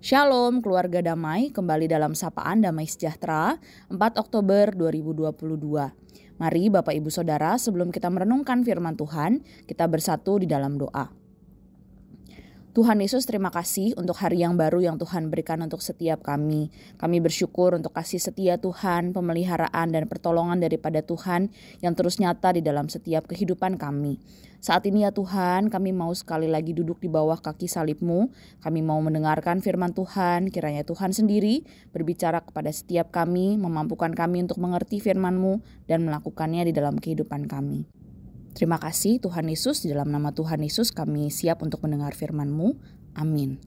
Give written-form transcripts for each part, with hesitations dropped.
Shalom keluarga damai, kembali dalam Sapaan Damai Sejahtera 4 Oktober 2022. Mari Bapak Ibu Saudara, sebelum kita merenungkan firman Tuhan, kita bersatu di dalam doa. Tuhan Yesus, terima kasih untuk hari yang baru yang Tuhan berikan untuk setiap kami. Kami bersyukur untuk kasih setia Tuhan, pemeliharaan dan pertolongan daripada Tuhan yang terus nyata di dalam setiap kehidupan kami. Saat ini ya Tuhan, kami mau sekali lagi duduk di bawah kaki salib-Mu. Kami mau mendengarkan firman Tuhan, kiranya Tuhan sendiri berbicara kepada setiap kami, memampukan kami untuk mengerti firman-Mu dan melakukannya di dalam kehidupan kami. Terima kasih Tuhan Yesus, di dalam nama Tuhan Yesus kami siap untuk mendengar firman-Mu. Amin.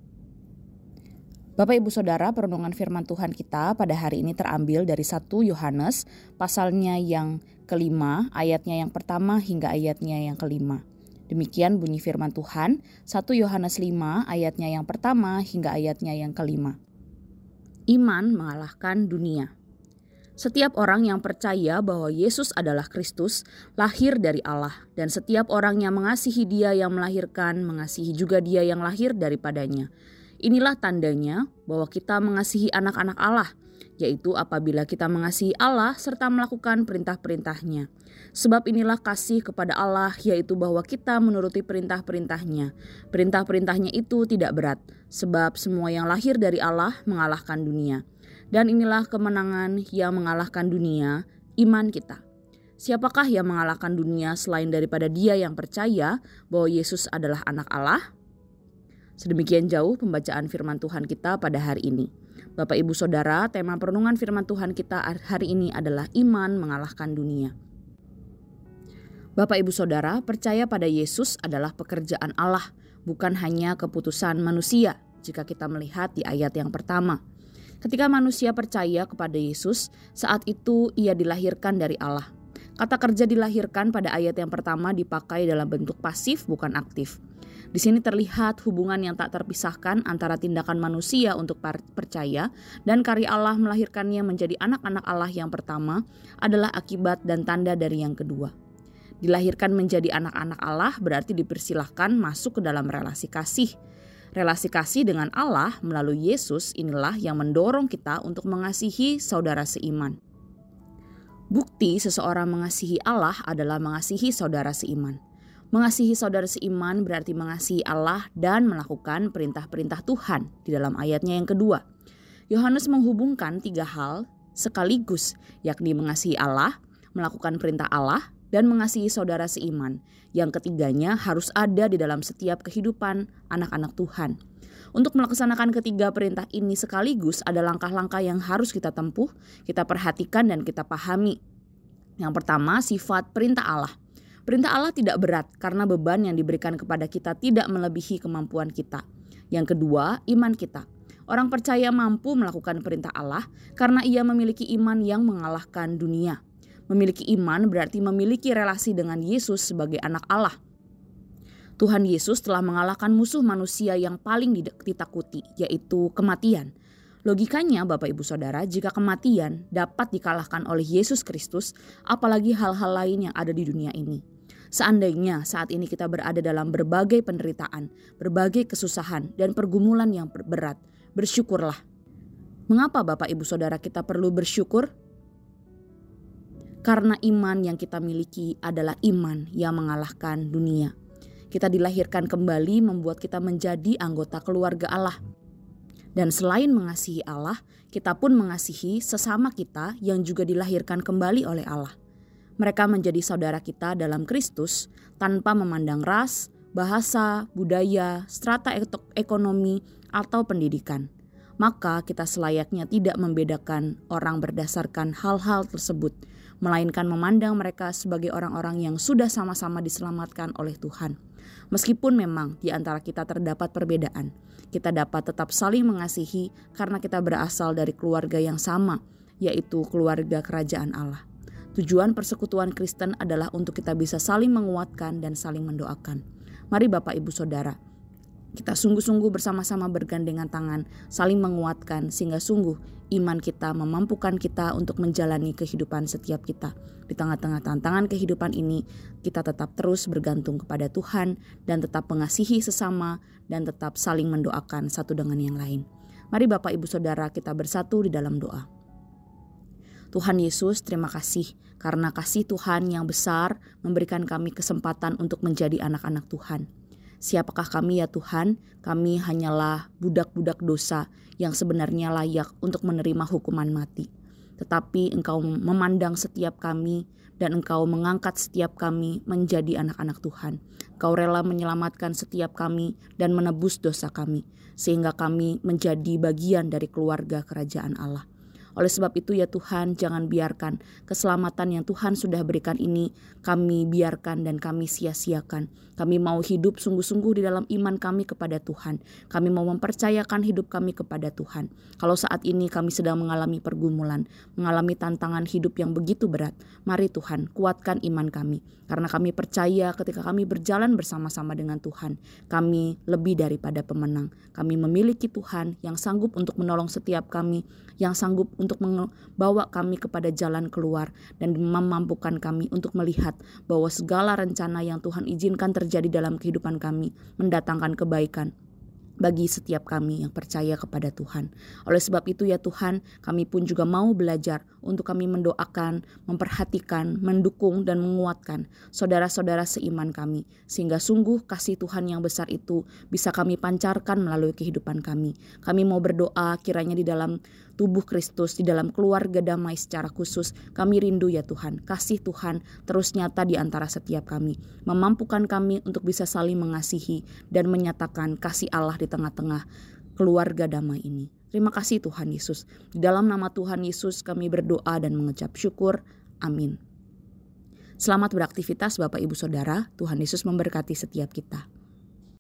Bapak Ibu Saudara, perenungan firman Tuhan kita pada hari ini terambil dari 1 Yohanes pasalnya yang kelima, ayatnya yang pertama hingga ayatnya yang kelima. Demikian bunyi firman Tuhan, 1 Yohanes 5 ayatnya yang pertama hingga ayatnya yang kelima. Iman mengalahkan dunia. Setiap orang yang percaya bahwa Yesus adalah Kristus lahir dari Allah, dan setiap orang yang mengasihi Dia yang melahirkan mengasihi juga Dia yang lahir daripadanya. Inilah tandanya bahwa kita mengasihi anak-anak Allah, yaitu apabila kita mengasihi Allah serta melakukan perintah-perintahnya. Sebab inilah kasih kepada Allah, yaitu bahwa kita menuruti perintah-perintahnya. Perintah-perintahnya itu tidak berat, sebab semua yang lahir dari Allah mengalahkan dunia. Dan inilah kemenangan yang mengalahkan dunia, iman kita. Siapakah yang mengalahkan dunia selain daripada Dia yang percaya bahwa Yesus adalah anak Allah? Sedemikian jauh pembacaan firman Tuhan kita pada hari ini. Bapak Ibu Saudara, tema perenungan firman Tuhan kita hari ini adalah iman mengalahkan dunia. Bapak Ibu Saudara, percaya pada Yesus adalah pekerjaan Allah, bukan hanya keputusan manusia. Jika kita melihat di ayat yang pertama, ketika manusia percaya kepada Yesus, saat itu ia dilahirkan dari Allah. Kata kerja dilahirkan pada ayat yang pertama dipakai dalam bentuk pasif bukan aktif. Di sini terlihat hubungan yang tak terpisahkan antara tindakan manusia untuk percaya dan karya Allah melahirkannya menjadi anak-anak Allah yang pertama adalah akibat dan tanda dari yang kedua. Dilahirkan menjadi anak-anak Allah berarti dipersilahkan masuk ke dalam relasi kasih. Relasi kasih dengan Allah melalui Yesus inilah yang mendorong kita untuk mengasihi saudara seiman. Bukti seseorang mengasihi Allah adalah mengasihi saudara seiman. Mengasihi saudara seiman berarti mengasihi Allah dan melakukan perintah-perintah Tuhan di dalam ayatnya yang kedua. Yohanes menghubungkan 3 hal sekaligus, yakni mengasihi Allah, melakukan perintah Allah, dan mengasihi saudara seiman. Yang ketiganya harus ada di dalam setiap kehidupan anak-anak Tuhan. Untuk melaksanakan ketiga perintah ini sekaligus ada langkah-langkah yang harus kita tempuh, kita perhatikan dan kita pahami. Yang pertama, sifat perintah Allah. Perintah Allah tidak berat karena beban yang diberikan kepada kita tidak melebihi kemampuan kita. Yang kedua, iman kita. Orang percaya mampu melakukan perintah Allah karena ia memiliki iman yang mengalahkan dunia. Memiliki iman berarti memiliki relasi dengan Yesus sebagai anak Allah. Tuhan Yesus telah mengalahkan musuh manusia yang paling ditakuti, yaitu kematian. Logikanya Bapak Ibu Saudara, jika kematian dapat dikalahkan oleh Yesus Kristus, apalagi hal-hal lain yang ada di dunia ini. Seandainya saat ini kita berada dalam berbagai penderitaan, berbagai kesusahan dan pergumulan yang berat, bersyukurlah. Mengapa Bapak Ibu Saudara kita perlu bersyukur? Karena iman yang kita miliki adalah iman yang mengalahkan dunia. Kita dilahirkan kembali membuat kita menjadi anggota keluarga Allah. Dan selain mengasihi Allah, kita pun mengasihi sesama kita yang juga dilahirkan kembali oleh Allah. Mereka menjadi saudara kita dalam Kristus tanpa memandang ras, bahasa, budaya, strata ekonomi, atau pendidikan. Maka kita selayaknya tidak membedakan orang berdasarkan hal-hal tersebut, melainkan memandang mereka sebagai orang-orang yang sudah sama-sama diselamatkan oleh Tuhan. Meskipun memang di antara kita terdapat perbedaan, kita dapat tetap saling mengasihi karena kita berasal dari keluarga yang sama, yaitu keluarga kerajaan Allah. Tujuan persekutuan Kristen adalah untuk kita bisa saling menguatkan dan saling mendoakan. Mari Bapak Ibu Saudara, Kita sungguh-sungguh bersama-sama bergandengan tangan, saling menguatkan, sehingga sungguh iman kita memampukan kita untuk menjalani kehidupan setiap kita. Di tengah-tengah tantangan kehidupan ini, kita tetap terus bergantung kepada Tuhan dan tetap mengasihi sesama dan tetap saling mendoakan satu dengan yang lain. Mari Bapak Ibu Saudara kita bersatu di dalam doa. Tuhan Yesus, terima kasih karena kasih Tuhan yang besar memberikan kami kesempatan untuk menjadi anak-anak Tuhan. Siapakah kami ya Tuhan? Kami hanyalah budak-budak dosa yang sebenarnya layak untuk menerima hukuman mati. Tetapi Engkau memandang setiap kami dan Engkau mengangkat setiap kami menjadi anak-anak Tuhan. Engkau rela menyelamatkan setiap kami dan menebus dosa kami, sehingga kami menjadi bagian dari keluarga kerajaan Allah. Oleh sebab itu ya Tuhan, jangan biarkan keselamatan yang Tuhan sudah berikan ini kami biarkan dan kami sia-siakan. Kami mau hidup sungguh-sungguh di dalam iman kami kepada Tuhan. Kami mau mempercayakan hidup kami kepada Tuhan. Kalau saat ini kami sedang mengalami pergumulan, mengalami tantangan hidup yang begitu berat, mari Tuhan kuatkan iman kami. Karena kami percaya ketika kami berjalan bersama-sama dengan Tuhan, kami lebih daripada pemenang. Kami memiliki Tuhan yang sanggup untuk menolong setiap kami, yang sanggup untuk membawa kami kepada jalan keluar dan memampukan kami untuk melihat bahwa segala rencana yang Tuhan izinkan terjadi dalam kehidupan kami mendatangkan kebaikan bagi setiap kami yang percaya kepada Tuhan. Oleh sebab itu ya Tuhan, kami pun juga mau belajar untuk kami mendoakan, memperhatikan, mendukung dan menguatkan saudara-saudara seiman kami, sehingga sungguh kasih Tuhan yang besar itu bisa kami pancarkan melalui kehidupan kami. Kami mau berdoa kiranya di dalam tubuh Kristus, di dalam keluarga damai secara khusus, kami rindu ya Tuhan, kasih Tuhan terus nyata di antara setiap kami, memampukan kami untuk bisa saling mengasihi dan menyatakan kasih Allah di tengah-tengah keluarga damai ini. Terima kasih Tuhan Yesus. Di dalam nama Tuhan Yesus kami berdoa dan mengucap syukur. Amin. Selamat beraktivitas Bapak Ibu Saudara. Tuhan Yesus memberkati setiap kita.